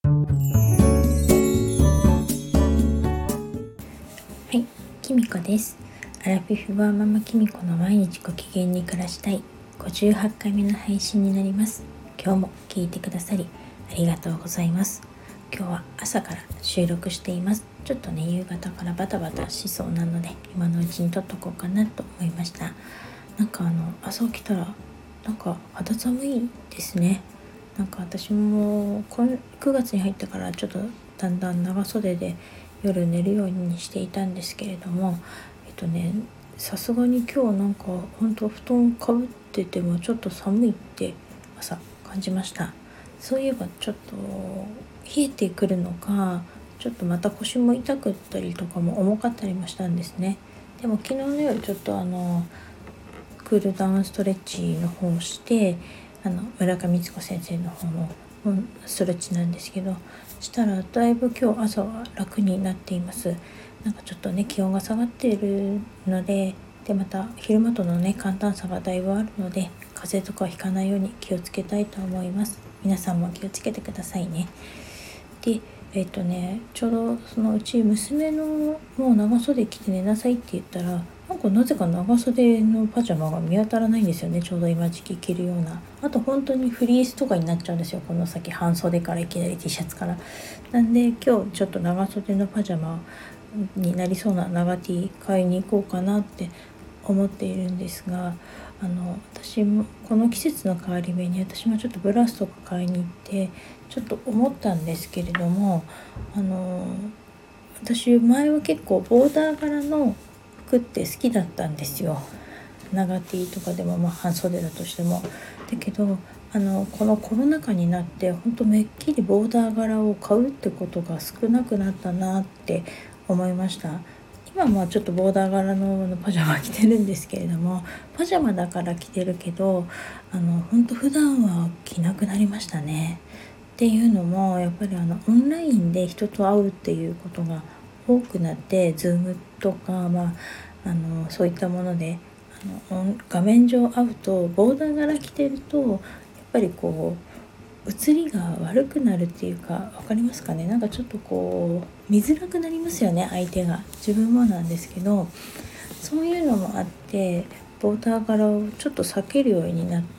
はい、きみこです。アラフィフはママきみこの毎日ご機嫌に暮らしたい58回目の配信になります。今日も聞いてくださりありがとうございます。今日は朝から収録しています。ちょっとね、夕方からバタバタしそうなので今のうちに撮っとこうかなと思いました。朝起きたら肌寒いですね。私も9月に入ってからちょっとだんだん長袖で夜寝るようにしていたんですけれども、さすがに今日本当布団かぶっててもちょっと寒いって朝感じました。そういえばちょっと冷えてくるのか、ちょっとまた腰も痛くったりとかも重かったりもしたんですね。でも昨日の夜ちょっとクールダウンストレッチの方をして村上光子先生の方のストレッチなんですけど、したらだいぶ今日朝は楽になっています。ちょっとね、気温が下がっているので、また昼間とのね寒暖差がだいぶあるので、風邪とかひかないように気をつけたいと思います。皆さんも気をつけてくださいね。でちょうどそのうち娘のもう長袖着て寝なさいって言ったら、なぜか長袖のパジャマが見当たらないんですよね。ちょうど今時期着るような、あと本当にフリースとかになっちゃうんですよ、この先。半袖からいきなり T シャツから。なんで今日ちょっと長袖のパジャマになりそうな長 T 買いに行こうかなって思っているんですが、私もこの季節の変わり目に私もちょっとブラウスとか買いに行ってちょっと思ったんですけれども、私前は結構ボーダー柄の服って好きだったんですよ。長 T とかでも半袖だとしても。だけどこのコロナ禍になって本当めっきりボーダー柄を買うってことが少なくなったなって思いました。今ちょっとボーダー柄のパジャマ着てるんですけれども、パジャマだから着てるけど本当普段は着なくなりましたね。っていうのもやっぱりオンラインで人と会うっていうことが多くなって、ズームとか、そういったもので画面上会うとボーダー柄着てるとやっぱり写りが悪くなるっていうか、分かりますかね。ちょっと見づらくなりますよね、相手が。自分もなんですけど、そういうのもあってボーダー柄をちょっと避けるようになって、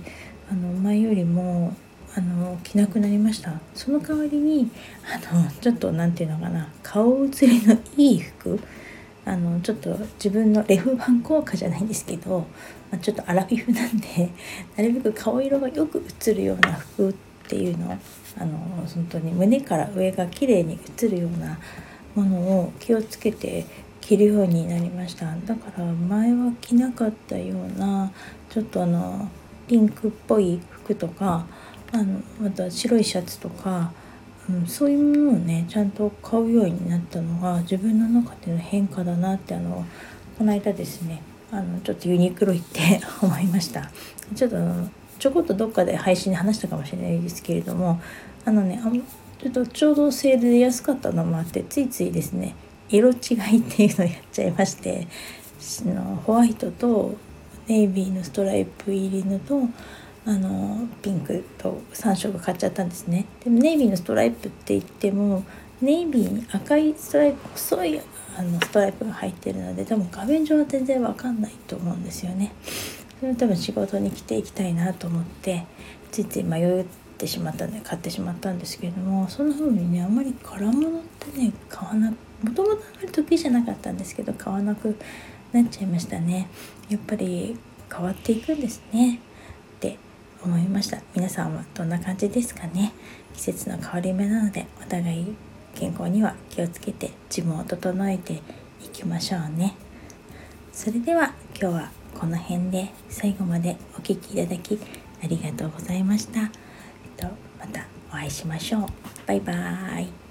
前よりも着なくなりました。その代わりにちょっと顔写りのいい服、ちょっと自分のレフ板効果じゃないんですけど、ちょっとアラフィフなんでなるべく顔色がよく映るような服っていうのを本当に胸から上が綺麗に映るようなものを気をつけて着るようになりました。だから前は着なかったようなちょっとピンクっぽい服とかまた白いシャツとか、そういうものをねちゃんと買うようになったのが自分の中での変化だなってこの間ですねちょっとユニクロ行って思いました。ちょこっとどっかで配信で話したかもしれないですけれども、ちょうどセールで安かったのもあってついついですね、色違いっていうのをやっちゃいまして、ホワイトとネイビーのストライプ入りのとピンクと3色買っちゃったんですね。でもネイビーのストライプって言ってもネイビーに赤いストライプ、細いストライプが入ってるので多分画面上は全然わかんないと思うんですよね。それを多分仕事に着ていきたいなと思ってついつい迷ってしまったので買ってしまったんですけれども、そんな風にねあんまり柄物ってね買わなく、もともとあまり得意じゃなかったんですけど買わなくなっちゃいましたね。やっぱり変わっていくんですねって思いました。皆さんはどんな感じですかね。季節の変わり目なのでお互い健康には気をつけて自分を整えていきましょうね。それでは今日はこの辺で最後までお聞きいただきありがとうございました。またお会いしましょう。バイバーイ。